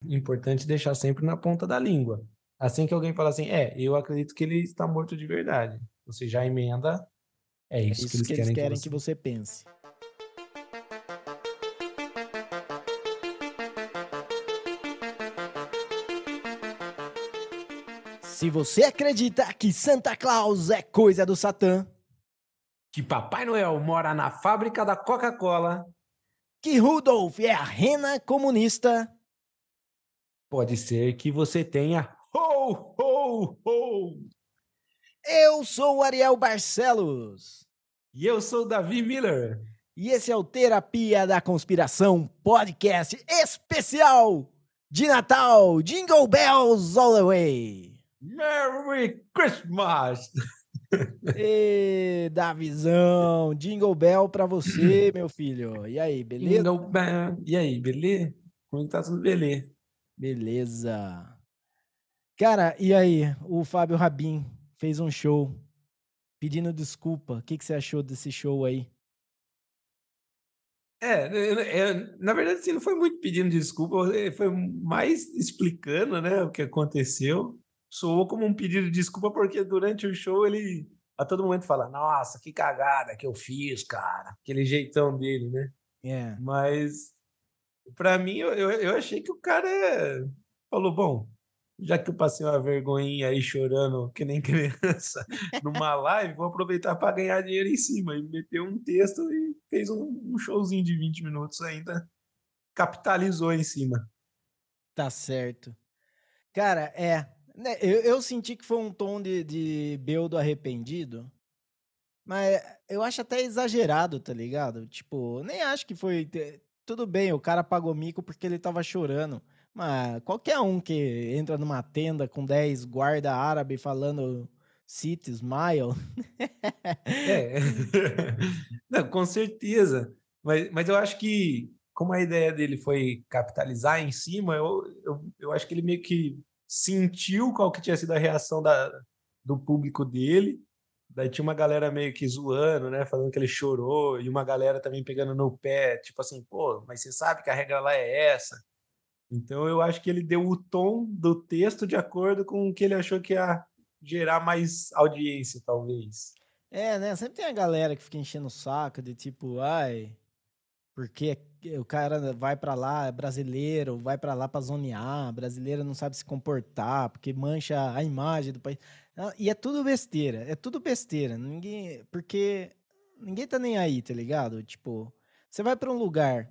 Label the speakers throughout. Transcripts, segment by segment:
Speaker 1: importante deixar sempre na ponta da língua. Assim que alguém fala assim, eu acredito que ele está morto de verdade. Você já emenda, é
Speaker 2: É
Speaker 1: isso que
Speaker 2: isso
Speaker 1: eles
Speaker 2: que eles
Speaker 1: querem que
Speaker 2: querem que
Speaker 1: você...
Speaker 2: você pense. Se você acredita que Santa Claus é coisa do Satã,
Speaker 1: Que Papai Noel mora na fábrica da Coca-Cola,
Speaker 2: que Rudolf é a rena comunista,
Speaker 1: pode ser que você tenha ho, ho, ho.
Speaker 2: eu sou o Ariel Barcelos.
Speaker 1: E eu sou o Davi Miller.
Speaker 2: E esse é o Terapia da Conspiração podcast especial de Natal. Jingle Bells all the way.
Speaker 1: Merry Christmas!
Speaker 2: E Davizão, Jingle Bell pra você, meu filho. E aí, beleza?
Speaker 1: Jingle Bell. E aí, beleza? Como que tá tudo beleza?
Speaker 2: Beleza. Cara, e aí? O Fábio Rabin fez um show pedindo desculpa. O que você achou desse show aí?
Speaker 1: Na verdade, assim, não foi muito pedindo desculpa, foi mais explicando, né, o que aconteceu. Soou como um pedido de desculpa, porque durante o show ele a todo momento fala: Nossa, que cagada que eu fiz, cara. Aquele jeitão dele, né?
Speaker 2: É.
Speaker 1: Mas, pra mim, eu achei que o cara falou: Bom, já que eu passei uma vergonhinha aí chorando que nem criança numa live, vou aproveitar para ganhar dinheiro em cima. E meteu um texto e fez um showzinho de 20 minutos ainda. Capitalizou em cima.
Speaker 2: Tá certo. Cara, né, eu senti que foi um tom de Beldo arrependido, mas eu acho até exagerado, tá ligado? Tipo, nem acho que foi. Tudo bem, o cara pagou mico porque ele tava chorando. Mas qualquer um que entra numa tenda com 10 guarda árabe falando City Smile.
Speaker 1: É, não, com certeza. Mas eu acho que, como a ideia dele foi capitalizar em cima, eu acho que ele meio que sentiu qual que tinha sido a reação do público dele. Daí tinha uma galera meio que zoando, né? Falando que ele chorou, e uma galera também pegando no pé, tipo assim, pô, mas você sabe que a regra lá é essa. Então eu acho que ele deu o tom do texto de acordo com o que ele achou que ia gerar mais audiência, talvez.
Speaker 2: É, né? Sempre tem a galera que fica enchendo o saco de tipo, ai, porque o cara vai pra lá, é brasileiro, vai pra lá pra zonear, brasileiro não sabe se comportar, porque mancha a imagem do país. E é tudo besteira. Porque ninguém tá nem aí, tá ligado? Tipo, você vai pra um lugar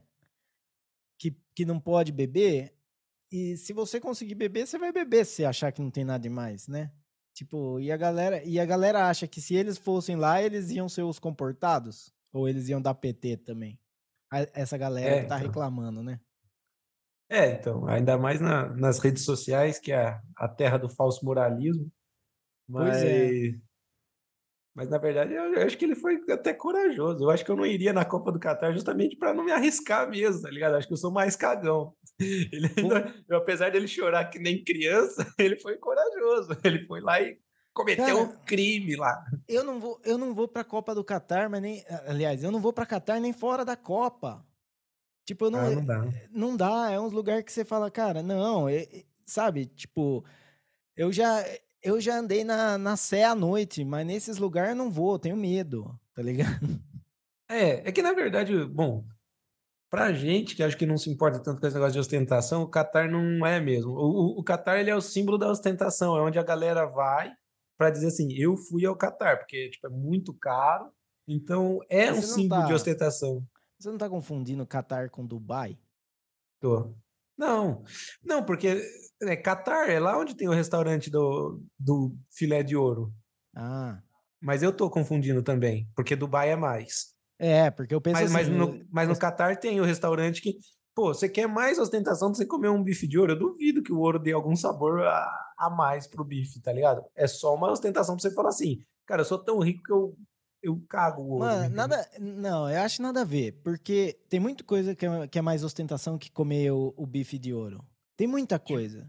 Speaker 2: que não pode beber, e se você conseguir beber, você vai beber se achar que não tem nada demais, né? Tipo, e a galera acha que se eles fossem lá, eles iam ser os comportados? Ou eles iam dar PT também? Essa galera
Speaker 1: É,
Speaker 2: que tá
Speaker 1: então.
Speaker 2: reclamando, né?
Speaker 1: Então, ainda mais nas redes sociais, que é a terra do falso moralismo,
Speaker 2: Pois é.
Speaker 1: mas, mas na verdade eu acho que ele foi até corajoso. Eu acho que eu não iria na Copa do Catar justamente para não me arriscar mesmo, tá ligado? Acho que eu sou mais cagão. Ele
Speaker 2: Pô,
Speaker 1: ainda, apesar dele chorar que nem criança, ele foi corajoso. Ele foi lá e cometeu
Speaker 2: cara,
Speaker 1: um crime lá.
Speaker 2: eu não vou pra Copa do Catar, mas nem, aliás, eu não vou pra Catar nem fora da Copa. Tipo, eu não,
Speaker 1: Ah, não dá.
Speaker 2: não dá, é uns lugares que você fala, cara, não, sabe, tipo, eu já, eu já andei na Sé à noite, mas nesses lugares eu não vou, tenho medo, tá ligado?
Speaker 1: É que na verdade, bom, pra gente que acho que não se importa tanto com esse negócio de ostentação, o Catar não é mesmo. O Catar ele é o símbolo da ostentação, é onde a galera vai para dizer assim, eu fui ao Catar, porque tipo, é muito caro, então é
Speaker 2: Mas
Speaker 1: um símbolo de ostentação.
Speaker 2: você não tá confundindo Catar com Dubai?
Speaker 1: Tô. Não, não, porque Catar é lá onde tem o restaurante do filé de ouro.
Speaker 2: Ah,
Speaker 1: Mas eu tô confundindo também, porque Dubai é mais.
Speaker 2: porque eu penso
Speaker 1: Mas, mas,
Speaker 2: assim,
Speaker 1: no, mas no Catar tem o restaurante que, pô, você quer mais ostentação de você comer um bife de ouro? Eu duvido que o ouro dê algum sabor a mais pro bife, tá ligado? É só uma ostentação pra você falar assim, cara, eu sou tão rico que eu cago o ouro,
Speaker 2: mano,
Speaker 1: entendeu?
Speaker 2: não, eu acho nada a ver, porque tem muita coisa que é mais ostentação que comer o bife de ouro. Tem muita coisa.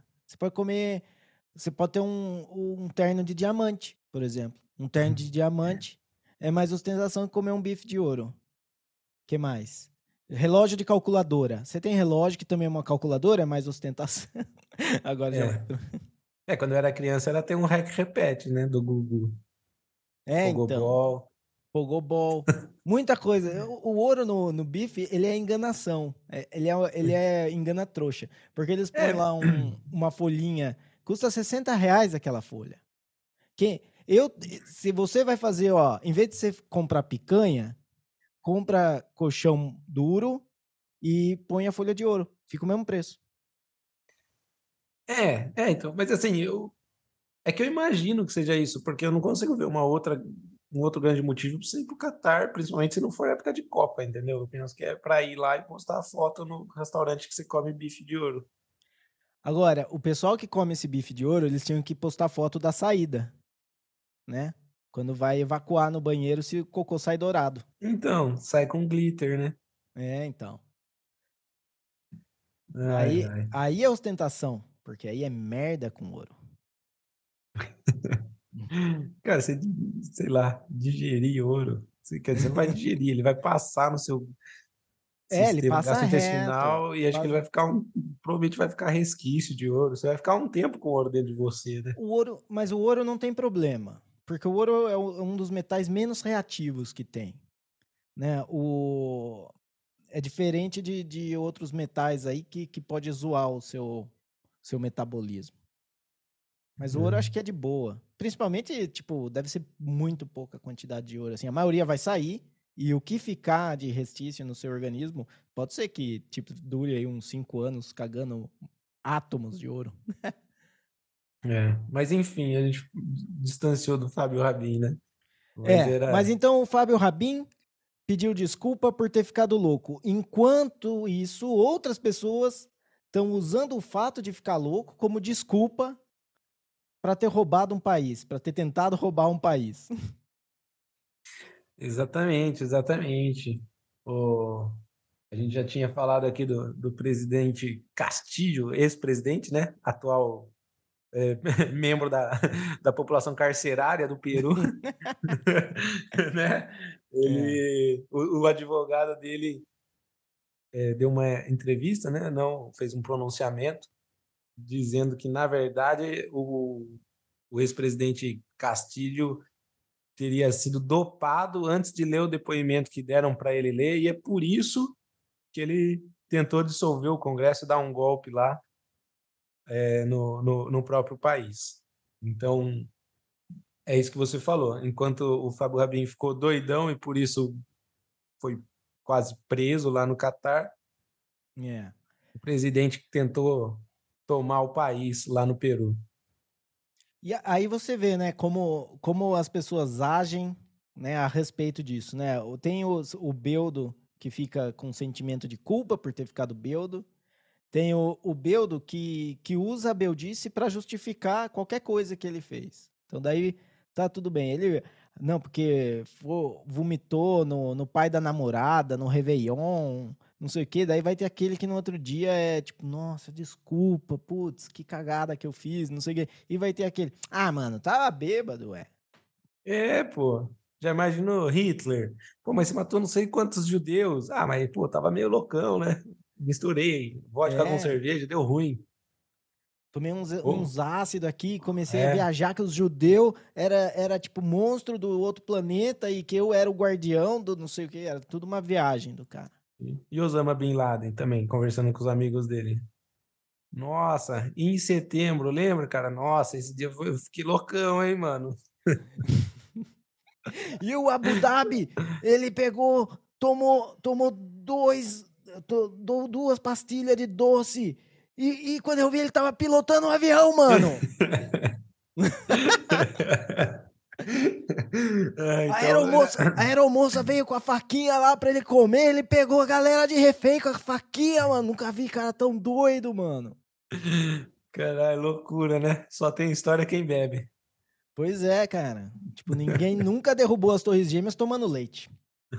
Speaker 2: Você pode ter um terno de diamante, por exemplo. Um terno de diamante é mais ostentação que comer um bife de ouro. Que mais? Relógio de calculadora. Você tem relógio que também é uma calculadora, é mais ostentação. Agora já.
Speaker 1: É. Quando eu era criança era ter um REC Repete, né? Do Gugu.
Speaker 2: É, então.
Speaker 1: Pogobol.
Speaker 2: Pogobol. Muita coisa. O ouro no bife, ele é enganação. Ele é engana-trouxa. Porque eles põem
Speaker 1: É.
Speaker 2: lá uma folhinha. Custa R$ 60 aquela folha. Que eu, se você vai fazer, ó, em vez de você comprar picanha, compra colchão duro e põe a folha de ouro. Fica o mesmo preço.
Speaker 1: Então, mas assim, é que eu imagino que seja isso, porque eu não consigo ver um outro grande motivo para você ir pro Catar, principalmente se não for época de Copa, entendeu? Eu penso que é para ir lá e postar a foto no restaurante que você come bife de ouro.
Speaker 2: Agora, o pessoal que come esse bife de ouro, eles tinham que postar foto da saída, né? Quando vai evacuar no banheiro se o cocô sai dourado.
Speaker 1: Então, sai com glitter, né?
Speaker 2: É, então.
Speaker 1: Ai,
Speaker 2: Aí,
Speaker 1: ai.
Speaker 2: aí é ostentação, porque aí é merda com ouro.
Speaker 1: Cara, você, sei lá, digerir ouro. Quer dizer, você não vai digerir, ele vai passar no seu
Speaker 2: É, ele
Speaker 1: sistema
Speaker 2: passa reto.
Speaker 1: gastrointestinal e acho que ele vai ficar provavelmente vai ficar resquício de ouro. Você vai ficar um tempo com ouro dentro de você, né?
Speaker 2: Mas o ouro não tem problema, porque o ouro é um dos metais menos reativos que tem, né? É diferente de outros metais aí que pode zoar o seu metabolismo. Mas o ouro eu acho que é de boa. Principalmente, tipo, deve ser muito pouca quantidade de ouro. Assim, a maioria vai sair e o que ficar de restício no seu organismo pode ser que, tipo, dure aí uns 5 anos cagando átomos de ouro.
Speaker 1: Mas enfim, a gente distanciou do Fábio Rabin, né? Mas
Speaker 2: Mas
Speaker 1: era.
Speaker 2: então o Fábio Rabin pediu desculpa por ter ficado louco. Enquanto isso, outras pessoas estão usando o fato de ficar louco como desculpa para ter roubado um país, para ter tentado roubar um país.
Speaker 1: Exatamente, exatamente. O... A gente já tinha falado aqui do presidente Castillo, ex-presidente, né? Atual membro da população carcerária do Peru, né?
Speaker 2: É.
Speaker 1: O advogado dele deu uma entrevista, né? Não fez um pronunciamento dizendo que na verdade o ex-presidente Castillo teria sido dopado antes de ler o depoimento que deram para ele ler e é por isso que ele tentou dissolver o Congresso e dar um golpe lá no próprio país. Então, é isso que você falou. Enquanto o Fábio Rabin ficou doidão e por isso foi quase preso lá no Catar,
Speaker 2: É.
Speaker 1: o presidente tentou tomar o país lá no Peru.
Speaker 2: E aí você vê, né, como as pessoas agem, né, a respeito disso, né? Tem o beudo que fica com sentimento de culpa por ter ficado beudo. Tem o beudo que usa a beudice para justificar qualquer coisa que ele fez. Então daí tá tudo bem. Ele não, porque vomitou no pai da namorada, no Réveillon, não sei o quê. Daí vai ter aquele que no outro dia é tipo, nossa, desculpa, putz, que cagada que eu fiz, não sei o quê. E vai ter aquele, ah, mano, tava bêbado, ué.
Speaker 1: Pô. Já imaginou Hitler? Pô, mas você matou não sei quantos judeus. Ah, mas, pô, tava meio loucão, né? Misturei vodka com
Speaker 2: É,
Speaker 1: cerveja, deu ruim.
Speaker 2: tomei uns,
Speaker 1: Pô,
Speaker 2: uns ácidos aqui, comecei a
Speaker 1: é.
Speaker 2: viajar que os judeus era tipo monstro do outro planeta e que eu era o guardião do não sei o que, era tudo uma viagem do cara.
Speaker 1: E Osama Bin Laden também, conversando com os amigos dele. Nossa, e em setembro, lembra, cara? Nossa, esse dia eu fiquei loucão, hein, mano?
Speaker 2: E o Abu Dhabi, ele pegou, tomou duas pastilhas de doce. E quando eu vi, ele tava pilotando um avião, mano. A
Speaker 1: Então,
Speaker 2: aeromoça veio com a faquinha lá pra ele comer, ele pegou a galera de refém com a faquinha, mano. Nunca vi cara tão doido, mano.
Speaker 1: caralho, loucura, né? Só tem história quem bebe.
Speaker 2: Pois é, cara. Tipo, ninguém nunca derrubou as Torres Gêmeas tomando leite.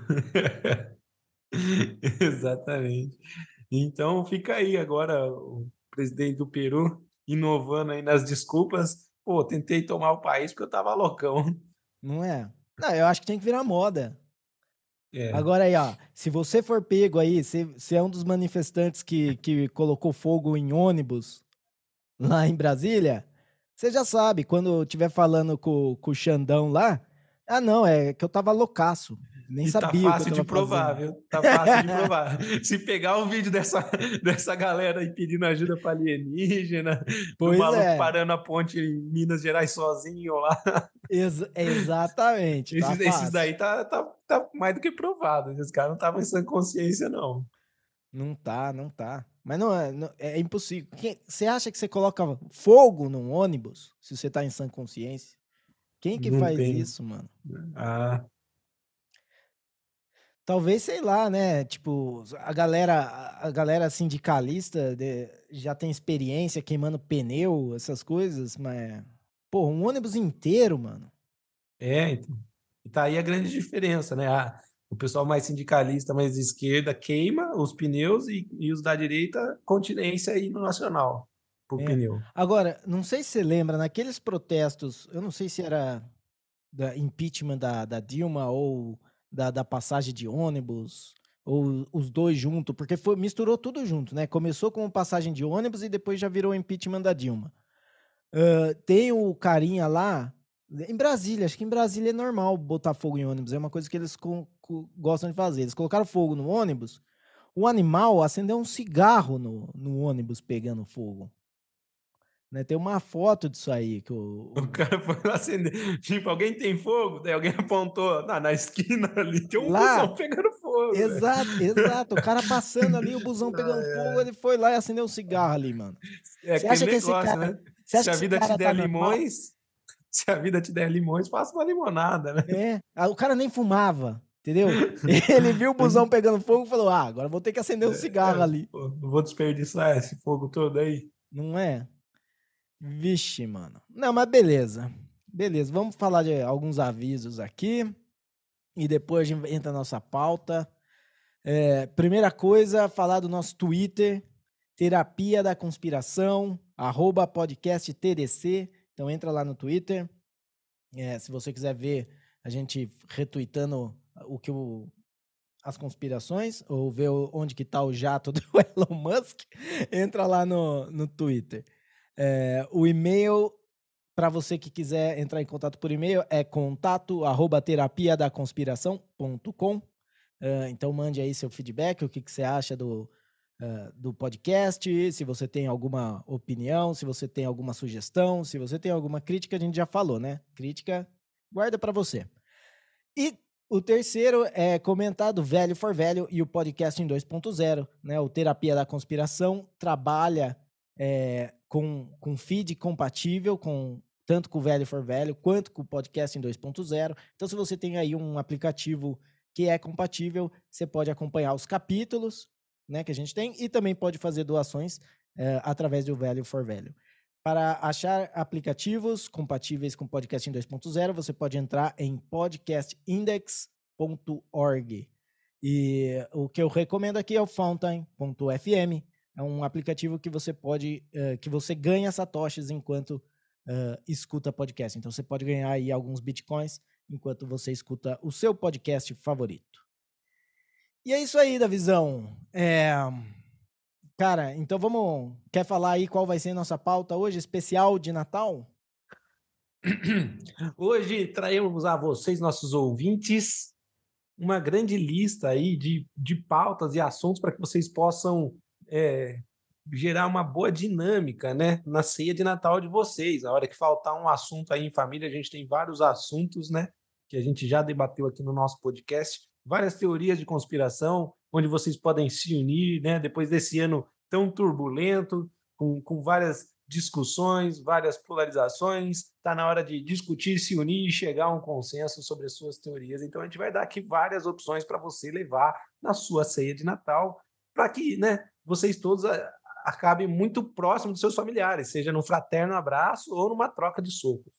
Speaker 1: Exatamente. Então fica aí agora o presidente do Peru inovando aí nas desculpas. Pô, tentei tomar o país porque eu tava loucão.
Speaker 2: Não é? Não, eu acho que tem que virar moda. Agora aí, ó, se você for pego aí, se é um dos manifestantes que colocou fogo em ônibus lá em Brasília, você já sabe, quando eu estiver falando com o Xandão lá, não, é que eu tava loucaço, nem
Speaker 1: E tá
Speaker 2: sabia o que eu
Speaker 1: fácil de
Speaker 2: tava
Speaker 1: provar,
Speaker 2: fazendo.
Speaker 1: viu? Tá fácil de provar. Se pegar um vídeo dessa galera aí pedindo ajuda para alienígena, do
Speaker 2: Pois
Speaker 1: maluco
Speaker 2: é,
Speaker 1: parando a ponte em Minas Gerais sozinho lá,
Speaker 2: exatamente, tá
Speaker 1: esses
Speaker 2: fácil.
Speaker 1: daí tá mais do que provado. Esses caras não estavam em sã consciência, não.
Speaker 2: Não tá, não tá. Mas é impossível. Você acha que você coloca fogo num ônibus se você tá em sã consciência? Quem que
Speaker 1: Não
Speaker 2: faz
Speaker 1: tem.
Speaker 2: isso, mano?
Speaker 1: Ah,
Speaker 2: Talvez, sei lá, né? Tipo, a galera sindicalista já tem experiência queimando pneu, essas coisas, mas. Pô, um ônibus inteiro, mano.
Speaker 1: então. E tá aí a grande diferença, né? O pessoal mais sindicalista, mais de esquerda, queima os pneus e os da direita, continência aí no nacional, por
Speaker 2: É.
Speaker 1: pneu.
Speaker 2: Agora, não sei se você lembra, naqueles protestos, eu não sei se era da impeachment da Dilma ou da passagem de ônibus, ou os dois juntos, porque misturou tudo junto, né? Começou com passagem de ônibus e depois já virou impeachment da Dilma. Tem o carinha lá, em Brasília, acho que em Brasília é normal botar fogo em ônibus, é uma coisa que eles gostam de fazer. Eles colocaram fogo no ônibus, o animal acendeu um cigarro no ônibus pegando fogo. Né? Tem uma foto disso aí que
Speaker 1: O cara foi lá acender. Tipo, alguém tem fogo? Daí alguém apontou na esquina ali, tinha um
Speaker 2: lá.
Speaker 1: busão pegando fogo, velho.
Speaker 2: Exato, exato. O cara passando ali, o busão pegando fogo, ele foi lá e acendeu um cigarro ali, mano.
Speaker 1: É
Speaker 2: Você
Speaker 1: aquele
Speaker 2: acha que esse
Speaker 1: negócio,
Speaker 2: cara,
Speaker 1: né?
Speaker 2: você
Speaker 1: Se
Speaker 2: acha
Speaker 1: a
Speaker 2: que esse
Speaker 1: vida te
Speaker 2: cara tá
Speaker 1: der
Speaker 2: normal?
Speaker 1: limões, se a vida te der limões, faça uma limonada, né?
Speaker 2: O cara nem fumava, entendeu? Ele viu o busão pegando fogo e falou: agora eu vou ter que acender um cigarro ali.
Speaker 1: Pô, não vou desperdiçar esse fogo todo aí.
Speaker 2: Não é? Vixe, mano. Não, mas beleza. Beleza, vamos falar de alguns avisos aqui e depois a gente entra na nossa pauta. Primeira coisa, falar do nosso Twitter, Terapia da Conspiração, @podcast TDC. Então entra lá no Twitter. Se você quiser ver a gente retweetando as conspirações, ou ver onde que tá o jato do Elon Musk, entra lá no Twitter. O e-mail, para você que quiser entrar em contato por e-mail, é contato@terapiadaconspiração.com. Então mande aí seu feedback, o que você acha do podcast, se você tem alguma opinião, se você tem alguma sugestão, se você tem alguma crítica, a gente já falou, né? Crítica, guarda para você. E o terceiro é comentar do Velho for Velho e o podcast em 2.0, né? O Terapia da Conspiração trabalha com feed compatível tanto com o Velho for Velho quanto com o podcast em 2.0. Então, se você tem aí um aplicativo que é compatível, você pode acompanhar os capítulos, né, que a gente tem, e também pode fazer doações através do Velho for Velho. Para achar aplicativos compatíveis com podcast em 2.0, você pode entrar em podcastindex.org. E o que eu recomendo aqui é o Fountain.fm. É um aplicativo que você que você ganha satoshis enquanto escuta podcast. Então você pode ganhar aí alguns bitcoins enquanto você escuta o seu podcast favorito. E é isso aí, Davizão. Cara, então quer falar aí qual vai ser a nossa pauta hoje, especial de Natal?
Speaker 1: Hoje traemos a vocês, nossos ouvintes, uma grande lista aí de pautas e assuntos para que vocês possam gerar uma boa dinâmica, né, na ceia de Natal de vocês. A hora que faltar um assunto aí em família, a gente tem vários assuntos, né, que a gente já debateu aqui no nosso podcast, várias teorias de conspiração, onde vocês podem se unir, né, depois desse ano tão turbulento, com várias discussões, várias polarizações, está na hora de discutir, se unir e chegar a um consenso sobre as suas teorias. Então a gente vai dar aqui várias opções para você levar na sua ceia de Natal, para que, né, vocês todos acabem muito próximo dos seus familiares, seja num fraterno abraço ou numa troca de socos.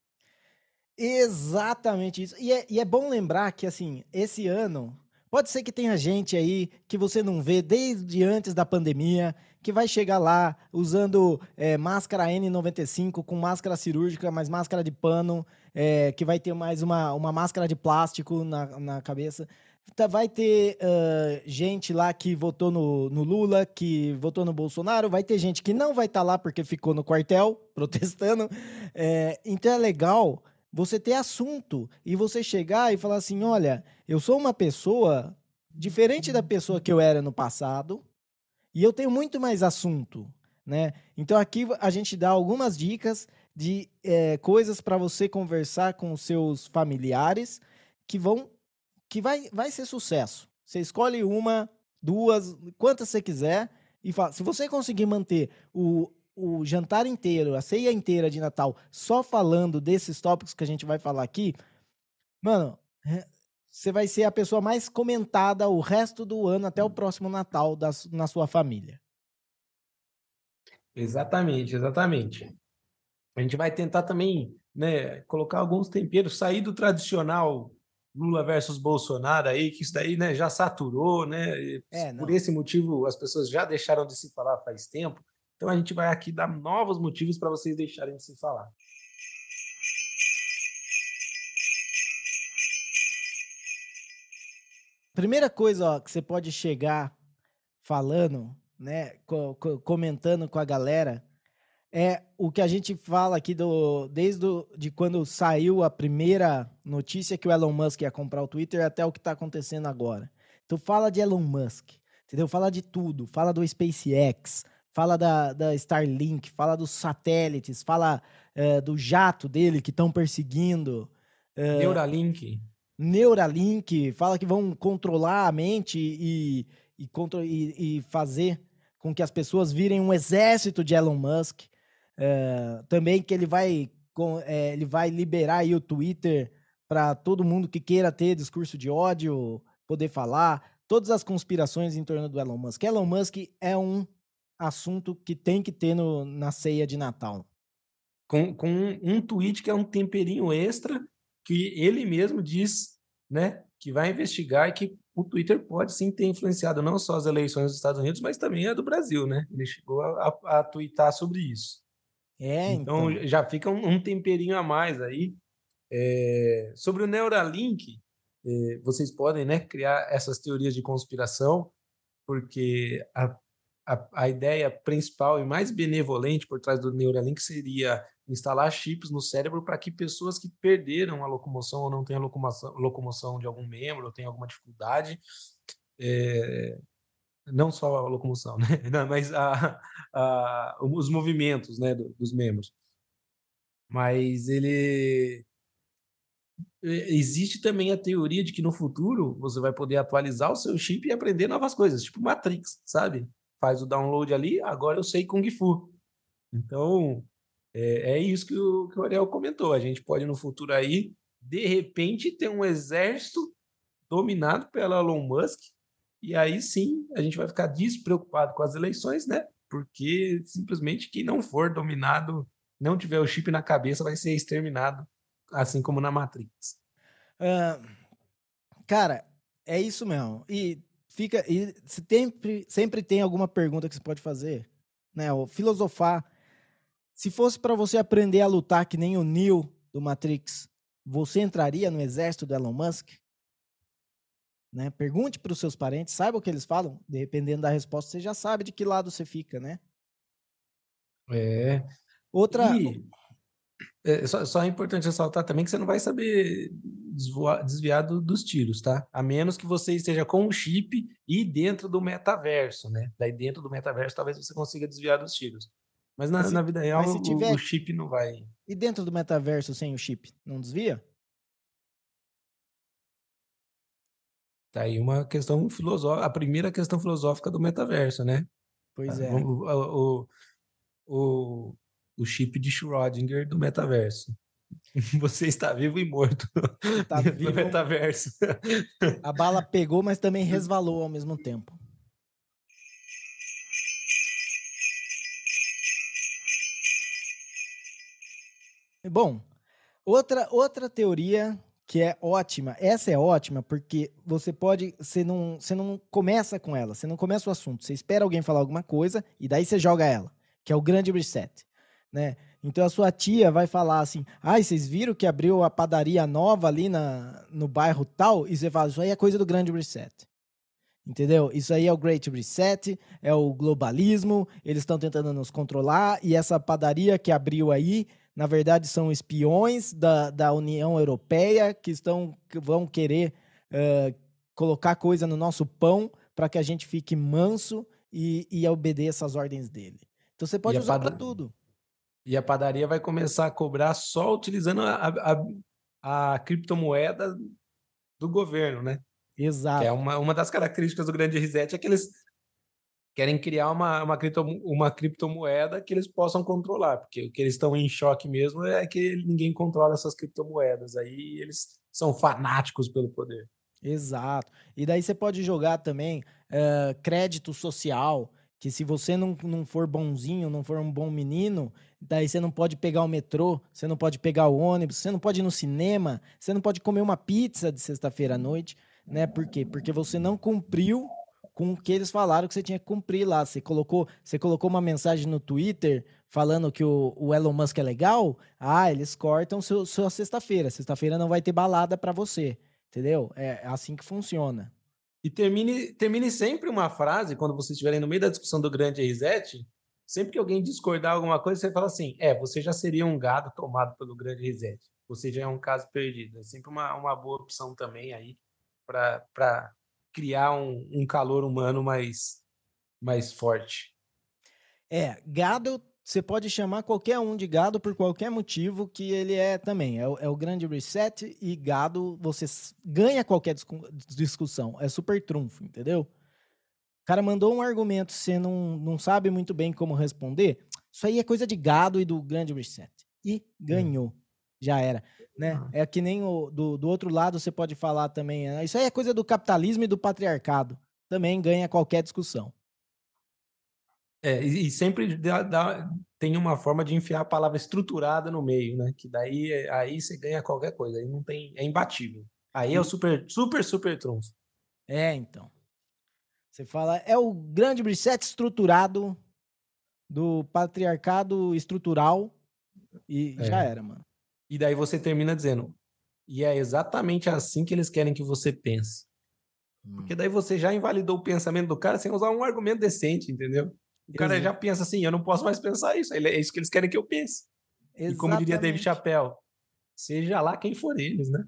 Speaker 2: Exatamente isso. E é bom lembrar que, assim, esse ano, pode ser que tenha gente aí que você não vê desde antes da pandemia, que vai chegar lá usando máscara N95 com máscara cirúrgica, mais máscara de pano, que vai ter mais uma máscara de plástico na cabeça. Vai ter gente lá que votou no Lula, que votou no Bolsonaro, vai ter gente que não vai estar lá porque ficou no quartel protestando. Então é legal você ter assunto e você chegar e falar assim, olha, eu sou uma pessoa diferente da pessoa que eu era no passado e eu tenho muito mais assunto, né? Então aqui a gente dá algumas dicas de coisas para você conversar com os seus familiares que vai ser sucesso. Você escolhe uma, duas, quantas você quiser e fala. Se você conseguir manter o jantar inteiro, a ceia inteira de Natal, só falando desses tópicos que a gente vai falar aqui, mano, você vai ser a pessoa mais comentada o resto do ano até o próximo Natal na sua família.
Speaker 1: Exatamente, exatamente. A gente vai tentar também, né, colocar alguns temperos, sair do tradicional Lula versus Bolsonaro aí, que isso daí, né, já saturou, né? Por
Speaker 2: Não.
Speaker 1: esse motivo as pessoas já deixaram de se falar faz tempo. Então a gente vai aqui dar novos motivos para vocês deixarem de se falar.
Speaker 2: Primeira coisa, ó, que você pode chegar falando, né, comentando com a galera, é o que a gente fala aqui de quando saiu a primeira notícia que o Elon Musk ia comprar o Twitter até o que está acontecendo agora. Então fala de Elon Musk, entendeu? Fala de tudo, fala do SpaceX, fala da Starlink, fala dos satélites, fala do jato dele que estão perseguindo. Neuralink, fala que vão controlar a mente e fazer com que as pessoas virem um exército de Elon Musk. Também que ele vai liberar aí o Twitter para todo mundo que queira ter discurso de ódio poder falar. Todas as conspirações em torno do Elon Musk. Elon Musk é um assunto que tem que ter na ceia de Natal.
Speaker 1: Com um tweet que é um temperinho extra, que ele mesmo diz, né, que vai investigar e que o Twitter pode sim ter influenciado não só as eleições dos Estados Unidos, mas também a do Brasil, né? Ele chegou a tweetar sobre isso. Então já fica um temperinho a mais aí. Sobre o Neuralink, vocês podem, né, criar essas teorias de conspiração, porque a ideia principal e mais benevolente por trás do Neuralink seria instalar chips no cérebro para que pessoas que perderam a locomoção ou não têm a locomoção de algum membro ou têm alguma dificuldade, não só a locomoção, né? Não, mas os movimentos, né, dos membros. Mas existe também a teoria de que no futuro você vai poder atualizar o seu chip e aprender novas coisas, tipo Matrix, sabe? Faz o download ali, agora eu sei Kung Fu. Então, é isso que o Ariel comentou. A gente pode no futuro aí, de repente, ter um exército dominado pelo Elon Musk, e aí sim a gente vai ficar despreocupado com as eleições, né? Porque simplesmente quem não for dominado, não tiver o chip na cabeça, vai ser exterminado, assim como na Matrix.
Speaker 2: Cara, é isso mesmo. E sempre tem alguma pergunta que você pode fazer, né? Ou filosofar. Se fosse para você aprender a lutar que nem o Neo do Matrix, você entraria no exército do Elon Musk? Né? Pergunte para os seus parentes, saiba o que eles falam. Dependendo da resposta, você já sabe de que lado você fica, né?
Speaker 1: Outra. Só é importante ressaltar também que você não vai saber desviar dos tiros, tá? A menos que você esteja com um chip e dentro do metaverso, né? Daí dentro do metaverso talvez você consiga desviar dos tiros. Mas na vida real o chip não vai.
Speaker 2: E dentro do metaverso sem o chip, não desvia?
Speaker 1: Tá aí uma questão filosófica, a primeira questão filosófica do metaverso, né?
Speaker 2: Pois é.
Speaker 1: O chip de Schrödinger do metaverso. Você está vivo e morto
Speaker 2: tá vivo,
Speaker 1: no metaverso.
Speaker 2: A bala pegou, mas também resvalou ao mesmo tempo. Bom, outra teoria que é ótima. Essa é ótima porque você não começa com ela, você não começa o assunto, você espera alguém falar alguma coisa e daí você joga ela, que é o grande reset, né? Então a sua tia vai falar assim: ai, vocês viram que abriu a padaria nova ali no bairro tal? E você fala: isso aí é coisa do grande reset. Entendeu? Isso aí é o Great Reset, é o globalismo, eles estão tentando nos controlar, e essa padaria que abriu aí, na verdade, são espiões da União Europeia que vão querer colocar coisa no nosso pão para que a gente fique manso e obedeça às ordens dele. Então você
Speaker 1: E
Speaker 2: pode
Speaker 1: a,
Speaker 2: usar para
Speaker 1: pada-
Speaker 2: tudo.
Speaker 1: e a padaria vai começar a cobrar só utilizando a criptomoeda do governo, né? Que é
Speaker 2: Exato.
Speaker 1: uma das características do grande reset, é que eles querem criar uma criptomoeda que eles possam controlar, porque o que eles estão em choque mesmo é que ninguém controla essas criptomoedas. Aí eles são fanáticos pelo poder.
Speaker 2: Exato. E daí você pode jogar também crédito social, que se você não for bonzinho, não for um bom menino, daí você não pode pegar o metrô, você não pode pegar o ônibus, você não pode ir no cinema, você não pode comer uma pizza de sexta-feira à noite, né? Por quê? Porque você não cumpriu com o que eles falaram que você tinha que cumprir lá. Você colocou uma mensagem no Twitter falando que o Elon Musk é legal, eles cortam sua sexta-feira. Sexta-feira não vai ter balada para você. Entendeu? É assim que funciona.
Speaker 1: E termine sempre uma frase, quando vocês estiverem no meio da discussão do grande reset, sempre que alguém discordar alguma coisa, você fala assim: você já seria um gado tomado pelo grande reset. Você já é um caso perdido. É sempre uma boa opção também aí para criar um calor humano mais forte.
Speaker 2: Gado, você pode chamar qualquer um de gado por qualquer motivo que ele é também. É o grande reset e gado, você ganha qualquer discussão. É super trunfo, entendeu? O cara mandou um argumento, você não sabe muito bem como responder. Isso aí é coisa de gado e do grande reset. E ganhou. Já era. Né? É que nem do outro lado você pode falar também. Isso aí é coisa do capitalismo e do patriarcado. Também ganha qualquer discussão.
Speaker 1: E sempre tem uma forma de enfiar a palavra estruturada no meio, né? Que daí aí você ganha qualquer coisa, aí não tem, é imbatível. Aí é o super, super, super trunfo.
Speaker 2: Então. Você fala, é o grande reset estruturado do patriarcado estrutural e já
Speaker 1: É.
Speaker 2: era, mano.
Speaker 1: E daí você termina dizendo, e é exatamente assim que eles querem que você pense. Porque daí você já invalidou o pensamento do cara sem usar um argumento decente, entendeu? O cara
Speaker 2: Exa
Speaker 1: já pensa assim, eu não posso mais pensar isso, é isso que eles querem que eu pense. E como diria David
Speaker 2: Exatamente.
Speaker 1: Chappelle, seja lá quem for eles, né?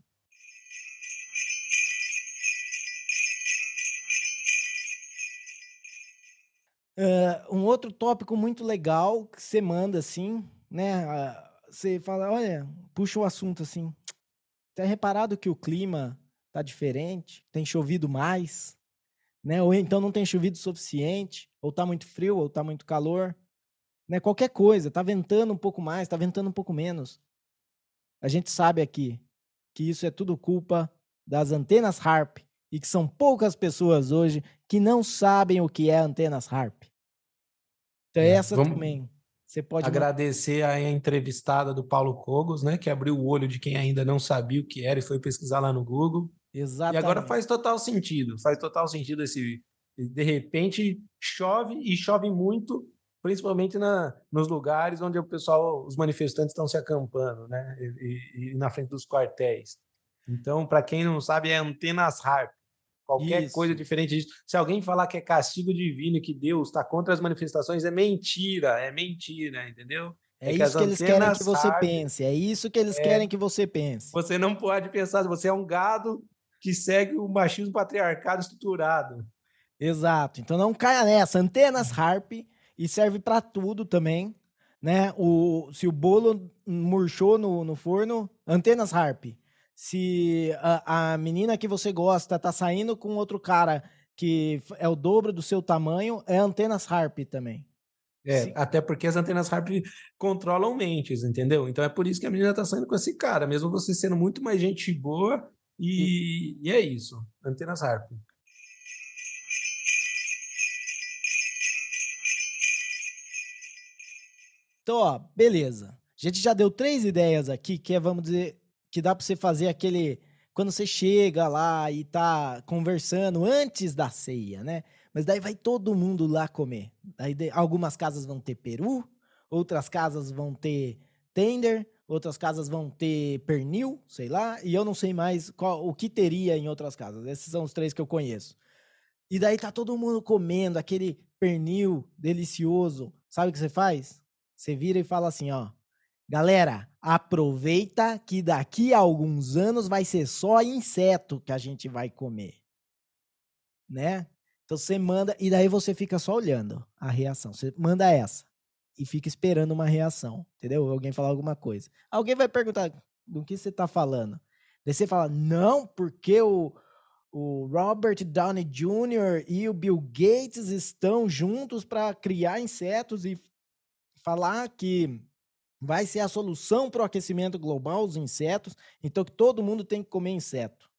Speaker 2: Um outro tópico muito legal que você manda assim, né? Você fala, olha, puxa o assunto assim. Tem reparado que o clima tá diferente? Tem chovido mais, né? Ou então não tem chovido o suficiente, ou tá muito frio, ou tá muito calor, né? Qualquer coisa, tá ventando um pouco mais, tá ventando um pouco menos. A gente sabe aqui que isso é tudo culpa das antenas HARP e que são poucas pessoas hoje que não sabem o que é antenas HARP. Então essa
Speaker 1: Vamos
Speaker 2: também você pode mandar.
Speaker 1: agradecer a entrevistada do Paulo Cogos, né? Que abriu o olho de quem ainda não sabia o que era e foi pesquisar lá no Google. E agora
Speaker 2: Exatamente.
Speaker 1: faz total sentido esse. De repente chove e chove muito, principalmente nos lugares onde os manifestantes estão se acampando, né? E na frente dos quartéis. Então, para quem não sabe, é antenas HARP. Qualquer coisa
Speaker 2: Isso.
Speaker 1: diferente disso. Se alguém falar que é castigo divino e que Deus está contra as manifestações, é mentira, entendeu?
Speaker 2: É
Speaker 1: É que as
Speaker 2: isso que eles querem que
Speaker 1: antenas
Speaker 2: você
Speaker 1: HARP,
Speaker 2: pense. É isso que eles querem que você pense.
Speaker 1: você não pode pensar, você é um gado que segue o machismo patriarcado estruturado.
Speaker 2: Exato. Então não caia nessa. Antenas HARP e serve para tudo também, né? Se o bolo murchou no forno, antenas HARP. Se a menina que você gosta tá saindo com outro cara que é o dobro do seu tamanho, é antenas HARP também. Se,
Speaker 1: Até porque as antenas HARP controlam mentes, entendeu? Então é por isso que a menina tá saindo com esse cara, mesmo você sendo muito mais gente boa,
Speaker 2: e-
Speaker 1: e é isso. Antenas HARP.
Speaker 2: então, ó, beleza. A gente já deu 3 ideias aqui, que é, vamos dizer, que dá para você fazer aquele. Quando você chega lá e tá conversando antes da ceia, né? Mas daí vai todo mundo lá comer. Algumas casas vão ter peru, outras casas vão ter tender, outras casas vão ter pernil, sei lá, e eu não sei mais o que teria em outras casas. Esses são os 3 que eu conheço. E daí tá todo mundo comendo aquele pernil delicioso. Sabe o que você faz? Você vira e fala assim, ó: galera, aproveita que daqui a alguns anos vai ser só inseto que a gente vai comer, né? Então você manda, e daí você fica só olhando a reação. Você manda essa e fica esperando uma reação, entendeu? Alguém falar alguma coisa. Alguém vai perguntar do que você tá falando. Daí você fala, não, porque o Robert Downey Jr. e o Bill Gates estão juntos para criar insetos e falar que vai ser a solução para o aquecimento global, os insetos, então que todo mundo tem que comer inseto.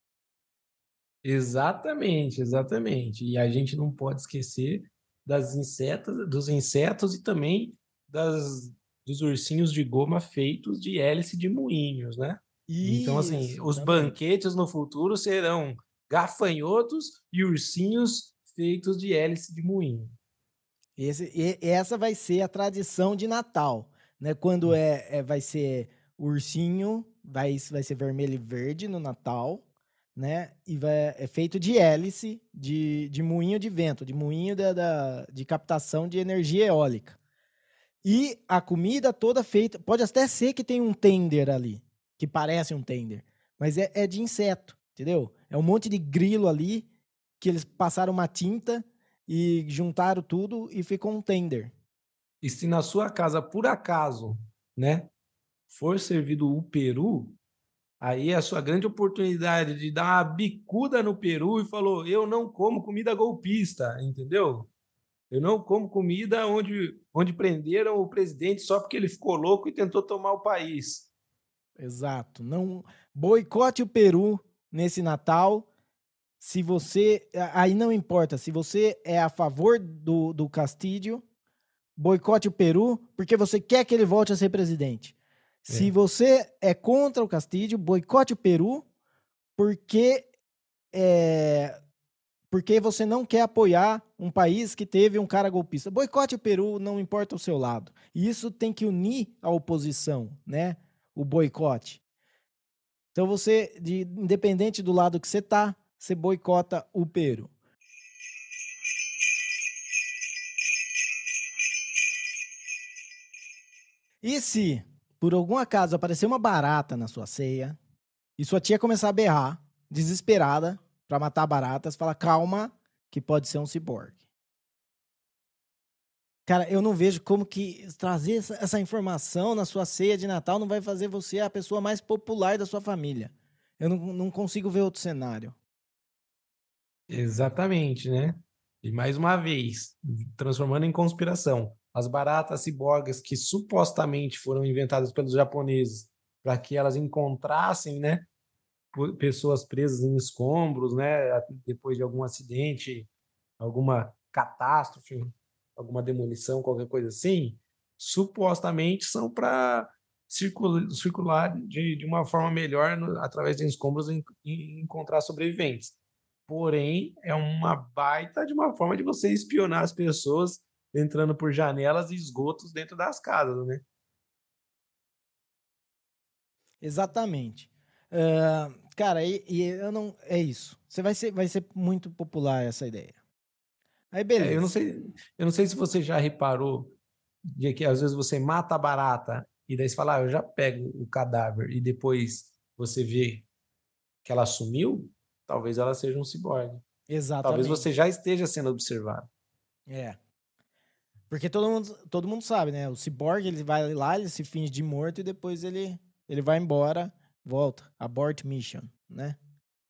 Speaker 1: Exatamente, exatamente. E a gente não pode esquecer dos insetos e também dos ursinhos de goma feitos de hélice de moinhos, né? Então, assim,
Speaker 2: Isso,
Speaker 1: os
Speaker 2: também.
Speaker 1: banquetes no futuro serão gafanhotos e ursinhos feitos de hélice de moinho.
Speaker 2: Essa vai ser a tradição de Natal, né? Quando vai ser ursinho, vai ser vermelho e verde no Natal, né? E é feito de hélice, de moinho de vento, de moinho de captação de energia eólica. E a comida toda feita, pode até ser que tem um tender ali, que parece um tender, mas é de inseto, entendeu? É um monte de grilo ali, que eles passaram uma tinta e juntaram tudo e ficou um tender.
Speaker 1: E se na sua casa, por acaso, né, for servido o peru, aí é a sua grande oportunidade de dar uma bicuda no peru e falou: eu não como comida golpista, entendeu? Eu não como comida onde prenderam o presidente só porque ele ficou louco e tentou tomar o país.
Speaker 2: Exato. Não boicote o Peru nesse Natal. Se você. Aí não importa. Se você é a favor do Castilho, boicote o Peru, porque você quer que ele volte a ser presidente. Se
Speaker 1: É.
Speaker 2: você é contra o Castilho, boicote o Peru, porque, é, porque você não quer apoiar um país que teve um cara golpista. Boicote o Peru, não importa o seu lado. E isso tem que unir a oposição, né? O boicote. Então você, independente do lado que você tá, você boicota o Peru. E se, por algum acaso, aparecer uma barata na sua ceia e sua tia começar a berrar, desesperada, pra matar a barata, você fala, calma, que pode ser um ciborgue. Cara, eu não vejo como que trazer essa informação na sua ceia de Natal não vai fazer você a pessoa mais popular da sua família. Eu não consigo ver outro cenário.
Speaker 1: Exatamente, né? E mais uma vez, transformando em conspiração, as baratas ciborgues que supostamente foram inventadas pelos japoneses para que elas encontrassem, né, pessoas presas em escombros, né, depois de algum acidente, alguma catástrofe, alguma demolição, qualquer coisa assim, supostamente são para circular de uma forma melhor através de escombros e encontrar sobreviventes. Porém, é uma baita de uma forma de você espionar as pessoas entrando por janelas e esgotos dentro das casas, né?
Speaker 2: Exatamente. Cara, e eu não. É isso. Vai ser muito popular essa ideia. Aí,
Speaker 1: É,
Speaker 2: beleza.
Speaker 1: eu não sei se você já reparou de que às vezes você mata a barata e daí você fala, eu já pego o cadáver e depois você vê que ela sumiu, talvez ela seja um ciborgue. Talvez você
Speaker 2: Exatamente.
Speaker 1: já esteja sendo observado.
Speaker 2: É. Porque todo mundo sabe, né? O ciborgue, ele vai lá, ele se finge de morto e depois ele vai embora, volta. Abort mission, né?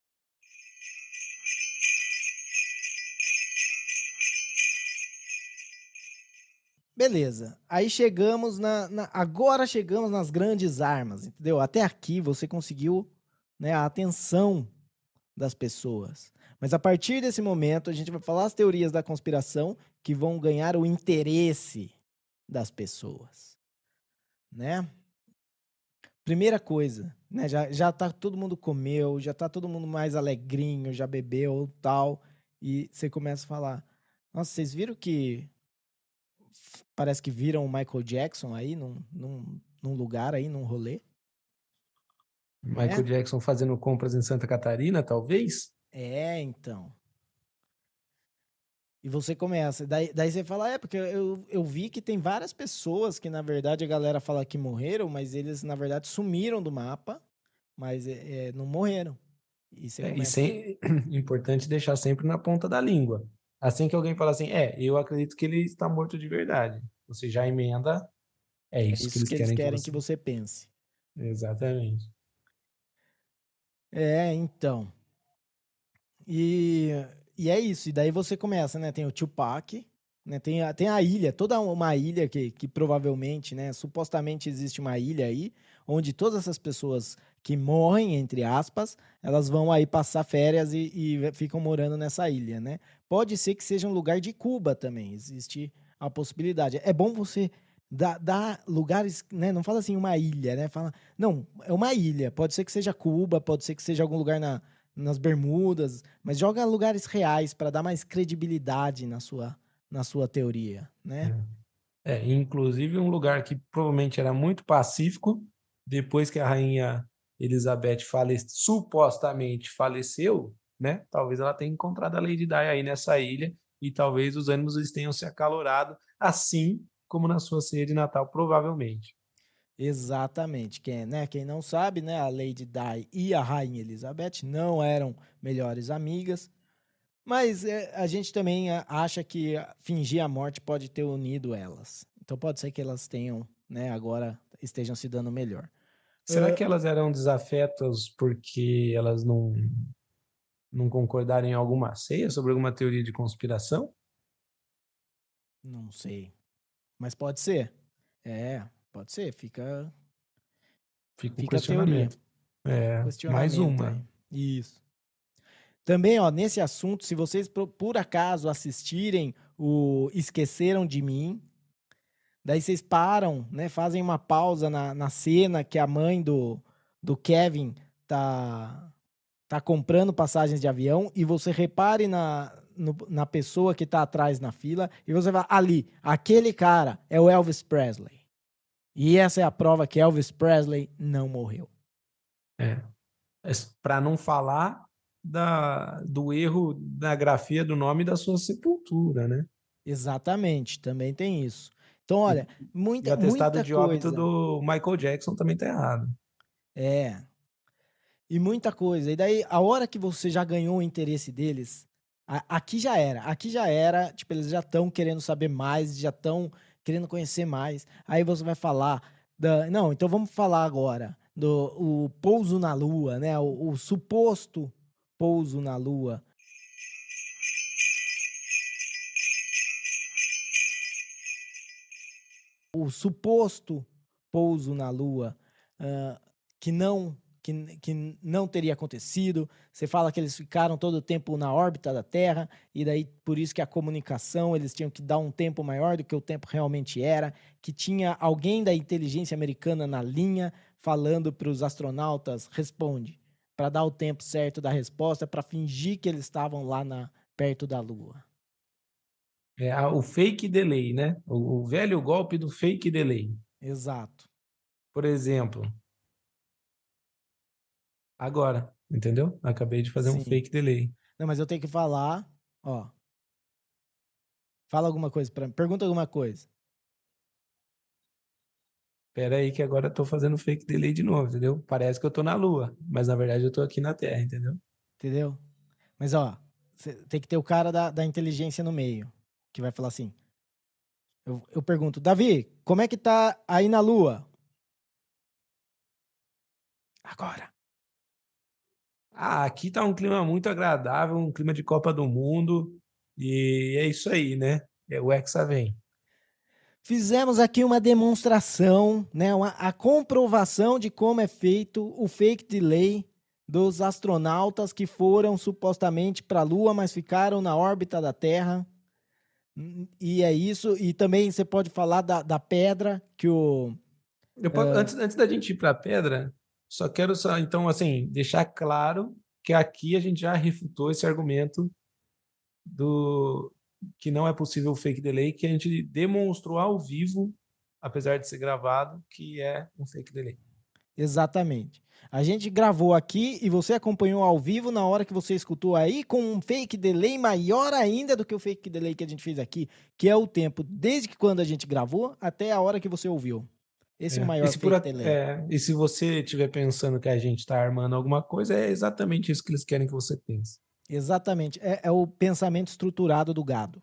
Speaker 2: Beleza. Aí chegamos agora chegamos nas grandes armas, entendeu? Até aqui você conseguiu, né, a atenção das pessoas. Mas a partir desse momento, a gente vai falar as teorias da conspiração que vão ganhar o interesse das pessoas, né? Primeira coisa, né? Já tá todo mundo comeu, já tá todo mundo mais alegrinho, já bebeu, tal, e você começa a falar: "Nossa, vocês viram que parece que viram o Michael Jackson aí num lugar aí, num rolê,
Speaker 1: Michael
Speaker 2: né?
Speaker 1: Jackson fazendo compras em Santa Catarina, talvez?
Speaker 2: Então. E você começa. Daí você fala, porque eu vi que tem várias pessoas que, na verdade, a galera fala que morreram, mas eles, na verdade, sumiram do mapa, mas não morreram. E você
Speaker 1: E
Speaker 2: começa.
Speaker 1: sem, importante deixar sempre na ponta da língua. Assim que alguém fala assim, eu acredito que ele está morto de verdade. Você já emenda, é
Speaker 2: É
Speaker 1: isso que
Speaker 2: isso
Speaker 1: eles
Speaker 2: que eles
Speaker 1: querem que
Speaker 2: querem que
Speaker 1: você.
Speaker 2: você pense.
Speaker 1: Exatamente.
Speaker 2: Então. E, e é isso. E daí você começa, né? Tem o Tupac, né? Tem a ilha, toda uma ilha que provavelmente, né? Supostamente existe uma ilha aí, onde todas essas pessoas que morrem, entre aspas, elas vão aí passar férias e ficam morando nessa ilha, né? Pode ser que seja um lugar de Cuba também, existe a possibilidade. É bom você dar lugares, né? Não fala assim uma ilha, né? Fala, não, é uma ilha. Pode ser que seja Cuba, pode ser que seja algum lugar nas Bermudas, mas joga lugares reais para dar mais credibilidade na sua teoria, né?
Speaker 1: Inclusive um lugar que provavelmente era muito pacífico, depois que a rainha Elizabeth supostamente faleceu, né? Talvez ela tenha encontrado a Lady Di aí nessa ilha e talvez os ânimos eles tenham se acalorado, assim como na sua ceia de Natal, provavelmente.
Speaker 2: Exatamente. Quem não sabe, né, a Lady Di e a Rainha Elizabeth não eram melhores amigas, mas a gente também acha que fingir a morte pode ter unido elas. Então pode ser que elas tenham, né, agora estejam se dando melhor.
Speaker 1: Será que elas eram desafetas porque elas não concordaram em alguma ceia sobre alguma teoria de conspiração?
Speaker 2: Não sei, mas pode ser. Pode ser. Fica,
Speaker 1: Fica o
Speaker 2: fica a teoria,
Speaker 1: questionamento.
Speaker 2: fica o
Speaker 1: Mais
Speaker 2: questionamento
Speaker 1: uma.
Speaker 2: aí. Isso. Também, ó, nesse assunto, se vocês por acaso assistirem o Esqueceram de Mim, daí vocês param, né? Fazem uma pausa na cena que a mãe do Kevin tá comprando passagens de avião e você repare na pessoa que tá atrás na fila e você vai ali, aquele cara é o Elvis Presley. E essa é a prova que Elvis Presley não morreu.
Speaker 1: É. Para não falar do erro na grafia do nome da sua sepultura, né?
Speaker 2: Exatamente, também tem isso. Então,
Speaker 1: E,
Speaker 2: olha,
Speaker 1: e o
Speaker 2: muita,
Speaker 1: atestado
Speaker 2: muita
Speaker 1: de óbito
Speaker 2: coisa.
Speaker 1: do Michael Jackson também tá errado.
Speaker 2: É, e muita coisa. E daí, a hora que você já ganhou o interesse deles, aqui já era. Aqui já era, tipo, eles já estão querendo saber mais, já estão querendo conhecer mais. Aí você vai falar Não, então vamos falar agora do o pouso na Lua, né? O suposto pouso na Lua. O suposto pouso na Lua, ah, que não teria acontecido. Você fala que eles ficaram todo o tempo na órbita da Terra, e daí por isso que a comunicação eles tinham que dar um tempo maior do que o tempo realmente era, que tinha alguém da inteligência americana na linha falando para os astronautas, responde, para dar o tempo certo da resposta, para fingir que eles estavam lá perto da Lua.
Speaker 1: O fake delay, né? O velho golpe do fake delay.
Speaker 2: Exato.
Speaker 1: Por exemplo, agora, entendeu? Acabei de fazer um
Speaker 2: Sim.
Speaker 1: fake delay.
Speaker 2: Não, mas eu tenho que falar, ó. Fala alguma coisa para mim. Pergunta alguma coisa.
Speaker 1: Pera aí que agora eu tô fazendo fake delay de novo, entendeu? Parece que eu tô na Lua, mas na verdade eu tô aqui na Terra, entendeu?
Speaker 2: Entendeu? Mas, ó, tem que ter o cara da inteligência no meio, que vai falar assim. Eu pergunto, Davi, como é que tá aí na Lua? Agora.
Speaker 1: Aqui tá um clima muito agradável, um clima de Copa do Mundo, e é isso aí, né? O Hexa vem.
Speaker 2: Fizemos aqui uma demonstração, né? A comprovação de como é feito o fake delay dos astronautas que foram supostamente para a Lua, mas ficaram na órbita da Terra. E é isso. E também você pode falar da pedra que o.
Speaker 1: Antes da gente ir para a pedra, só então assim deixar claro que aqui a gente já refutou esse argumento do que não é possível o fake delay, que a gente demonstrou ao vivo apesar de ser gravado, que é um fake delay.
Speaker 2: Exatamente. A gente gravou aqui e você acompanhou ao vivo na hora que você escutou aí com um fake delay maior ainda do que o fake delay que a gente fez aqui, que é o tempo desde que quando a gente gravou até a hora que você ouviu. Esse é o maior fake delay.
Speaker 1: E se você estiver pensando que a gente está armando alguma coisa, é exatamente isso que eles querem que você pense.
Speaker 2: Exatamente. É o pensamento estruturado do gado.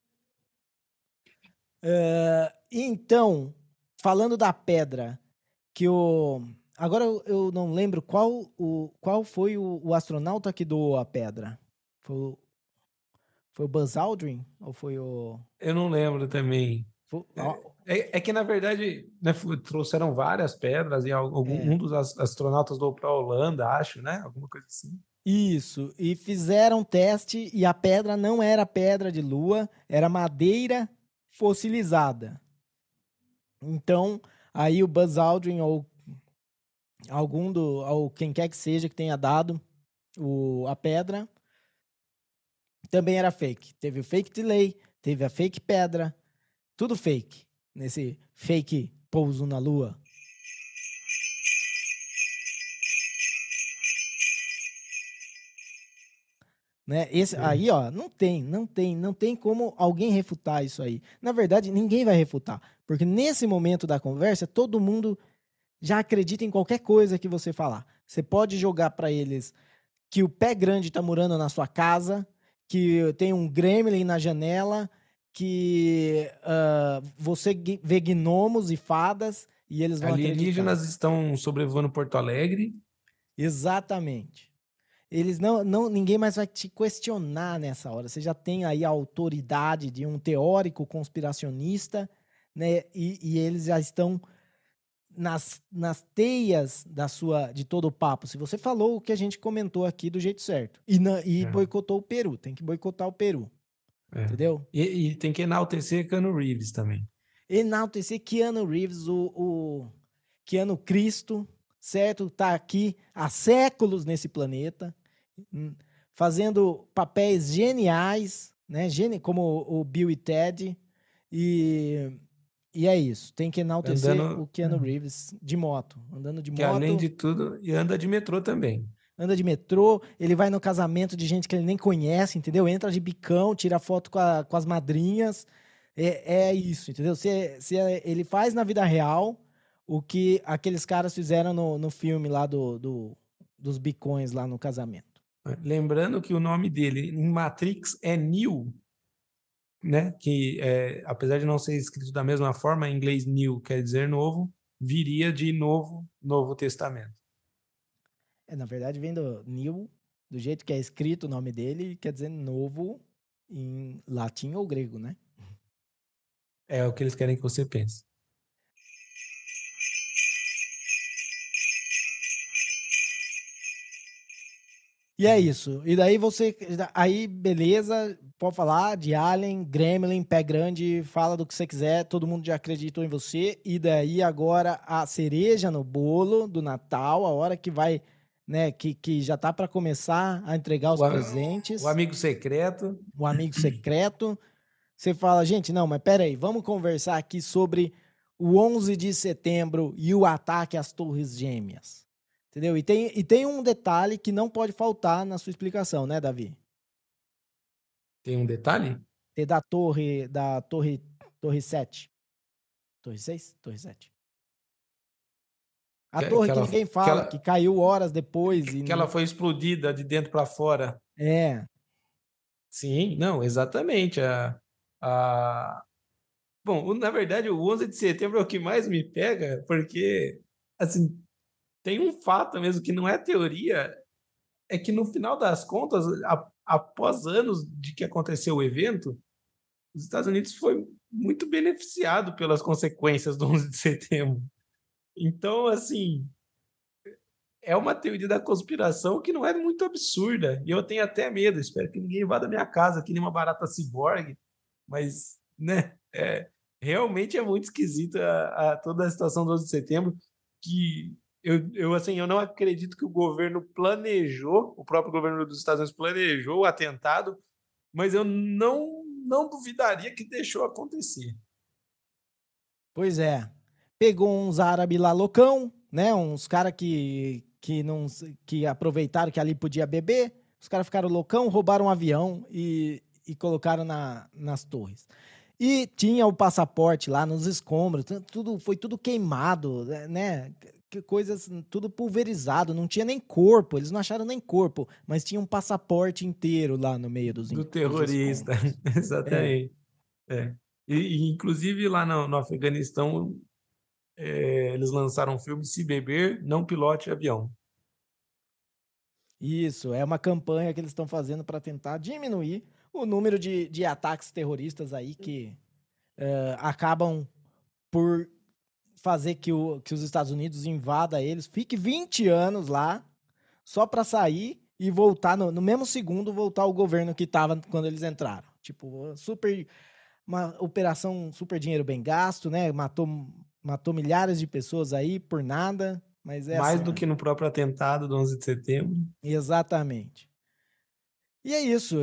Speaker 2: Então, falando da pedra, que o. Agora eu não lembro qual foi o astronauta que doou a pedra. Foi o Buzz Aldrin? Ou foi o.
Speaker 1: Eu não lembro também. É que, na verdade, né, trouxeram várias pedras e um dos astronautas doou para a Holanda, acho, né? Alguma coisa assim.
Speaker 2: Isso. E fizeram teste e a pedra não era pedra de lua, era madeira fossilizada. Então, aí o Buzz Aldrin ou ou quem quer que seja que tenha dado a pedra também era fake. Teve o fake delay, teve a fake pedra, tudo fake nesse fake pouso na lua. Né? Aí, ó, não tem como alguém refutar isso aí. Na verdade, ninguém vai refutar, porque nesse momento da conversa, todo mundo já acredita em qualquer coisa que você falar. Você pode jogar para eles que o pé grande tá morando na sua casa, que tem um gremlin na janela, que você vê gnomos e fadas e eles vão
Speaker 1: Alienígenas
Speaker 2: acreditar.
Speaker 1: estão sobrevoando Porto Alegre.
Speaker 2: Exatamente. Eles ninguém mais vai te questionar nessa hora. Você já tem aí a autoridade de um teórico conspiracionista, né? E eles já estão nas teias de todo o papo. Se você falou o que a gente comentou aqui do jeito certo boicotou o Peru, tem que boicotar o Peru, entendeu?
Speaker 1: E tem que enaltecer Keanu Reeves também.
Speaker 2: Enaltecer Keanu Reeves, o Keanu Cristo, certo? Tá aqui há séculos nesse planeta, fazendo papéis geniais, né? Como o Bill e Ted, e é isso. Tem que enaltecer o Keanu Reeves de moto, andando de moto.
Speaker 1: Que além de tudo, e anda de metrô também.
Speaker 2: Anda de metrô, ele vai no casamento de gente que ele nem conhece, entendeu? Entra de bicão, tira foto com as madrinhas. É isso, entendeu? Ele faz na vida real o que aqueles caras fizeram no filme lá dos bicões lá no casamento.
Speaker 1: Lembrando que o nome dele em Matrix é Neo, né? Que apesar de não ser escrito da mesma forma, em inglês New quer dizer novo, viria de Novo Testamento.
Speaker 2: Na verdade, vem do New, do jeito que é escrito o nome dele, quer dizer novo em latim ou grego, né?
Speaker 1: É o que eles querem que você pense.
Speaker 2: E é isso. E daí aí, beleza, pode falar de Alien, Gremlin, Pé Grande, fala do que você quiser, todo mundo já acreditou em você. E daí agora a cereja no bolo do Natal, a hora que vai, né, que já tá para começar a entregar os presentes.
Speaker 1: O amigo secreto.
Speaker 2: O amigo secreto. Você fala, gente, não, mas peraí, vamos conversar aqui sobre o 11 de setembro e o ataque às Torres Gêmeas. Entendeu? E tem um detalhe que não pode faltar na sua explicação, né, Davi?
Speaker 1: Tem um detalhe?
Speaker 2: É da torre 7. Torre 6? Torre 7. A torre que ninguém fala, que caiu horas depois.
Speaker 1: Que ela foi explodida de dentro para fora.
Speaker 2: É.
Speaker 1: Sim, não, exatamente. Bom, na verdade, o 11 de setembro é o que mais me pega, porque, assim, tem um fato mesmo que não é teoria, é que no final das contas, após anos de que aconteceu o evento, os Estados Unidos foi muito beneficiado pelas consequências do 11 de setembro. Então, assim, é uma teoria da conspiração que não é muito absurda. E eu tenho até medo, espero que ninguém vá da minha casa, que nem uma barata ciborgue, mas, né, realmente é muito esquisita toda a situação do 11 de setembro, que eu não acredito que o governo planejou, o próprio governo dos Estados Unidos planejou o atentado, mas eu não duvidaria que deixou acontecer.
Speaker 2: Pois é. pegou uns árabes lá loucão, né? Uns caras que aproveitaram que ali podia beber. Os caras ficaram loucão, roubaram um avião e colocaram nas torres. E tinha o passaporte lá nos escombros, foi tudo queimado, né? Coisas, tudo pulverizado, não tinha nem corpo, eles não acharam nem corpo, mas tinha um passaporte inteiro lá no meio dos
Speaker 1: terrorista. Exatamente. E, inclusive, lá no Afeganistão, eles lançaram um filme Se Beber, Não Pilote Avião.
Speaker 2: Isso, é uma campanha que eles estão fazendo para tentar diminuir o número de ataques terroristas aí que acabam por fazer que os Estados Unidos invada eles, fique 20 anos lá, só para sair e voltar, no mesmo segundo, voltar ao governo que estava quando eles entraram. Tipo, uma operação super dinheiro bem gasto, né? Matou milhares de pessoas aí por nada, mas é
Speaker 1: Mais
Speaker 2: assim,
Speaker 1: do que no próprio atentado do 11 de setembro.
Speaker 2: Exatamente. E é isso.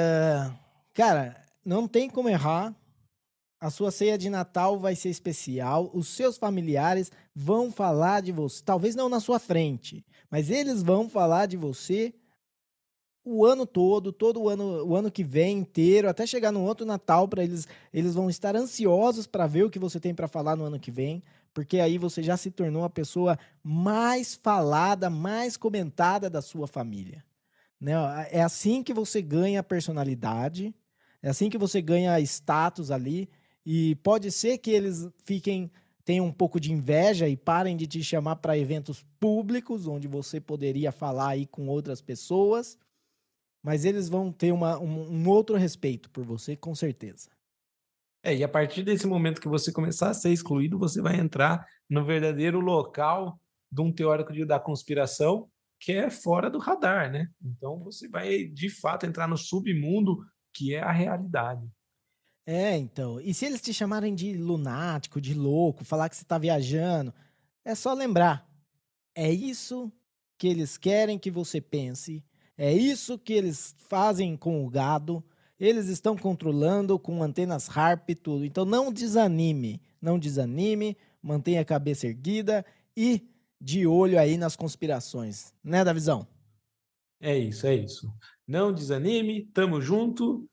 Speaker 2: Cara, não tem como errar. A sua ceia de Natal vai ser especial. Os seus familiares vão falar de você. Talvez não na sua frente, mas eles vão falar de você o ano todo o ano que vem inteiro, até chegar no outro Natal para eles vão estar ansiosos para ver o que você tem para falar no ano que vem, porque aí você já se tornou a pessoa mais falada, mais comentada da sua família. Né? É assim que você ganha personalidade, é assim que você ganha status ali, e pode ser que eles tenham um pouco de inveja e parem de te chamar para eventos públicos, onde você poderia falar aí com outras pessoas, mas eles vão ter um outro respeito por você, com certeza.
Speaker 1: E a partir desse momento que você começar a ser excluído, você vai entrar no verdadeiro local de um teórico da conspiração que é fora do radar, né? Então você vai, de fato, entrar no submundo que é a realidade.
Speaker 2: Então. E se eles te chamarem de lunático, de louco, falar que você está viajando, é só lembrar. É isso que eles querem que você pense. É isso que eles fazem com o gado. Eles estão controlando com antenas HARP e tudo. Então não desanime. Não desanime. Mantenha a cabeça erguida e de olho aí nas conspirações. Né, Davizão?
Speaker 1: É isso. Não desanime, tamo junto.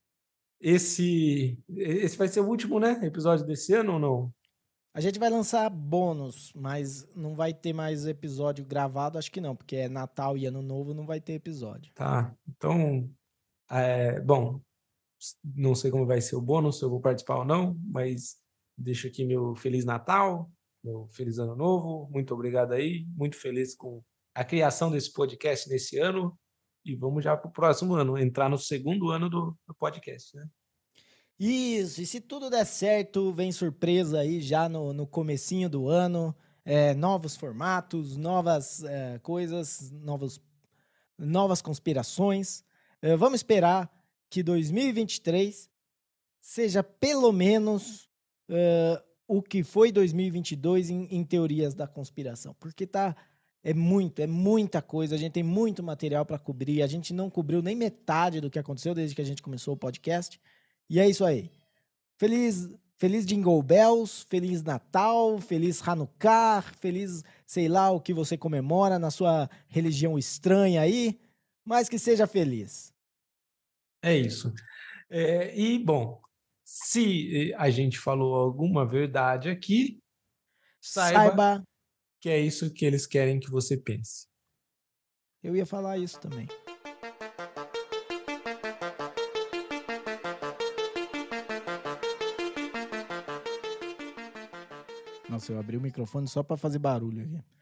Speaker 1: Esse vai ser o último, né, episódio desse ano ou não?
Speaker 2: A gente vai lançar bônus, mas não vai ter mais episódio gravado, acho que não, porque é Natal e Ano Novo, não vai ter episódio.
Speaker 1: Tá, então, bom, não sei como vai ser o bônus, se eu vou participar ou não, mas deixo aqui meu Feliz Natal, meu Feliz Ano Novo, muito obrigado aí, muito feliz com a criação desse podcast nesse ano, e vamos já para o próximo ano, entrar no segundo ano do podcast, né?
Speaker 2: Isso, e se tudo der certo, vem surpresa aí já no comecinho do ano, novos formatos, novas coisas, novas conspirações. Vamos esperar que 2023 seja pelo menos o que foi 2022 em teorias da conspiração, porque é muita coisa, a gente tem muito material para cobrir, a gente não cobriu nem metade do que aconteceu desde que a gente começou o podcast, e é isso aí. Feliz Jingle Bells, Feliz Natal, Feliz Hanukkah, feliz sei lá o que você comemora na sua religião estranha aí, mas que seja feliz.
Speaker 1: É isso. E, bom, se a gente falou alguma verdade aqui, saiba que é isso que eles querem que você pense.
Speaker 2: Eu ia falar isso também. Nossa, eu abri o microfone só para fazer barulho aqui.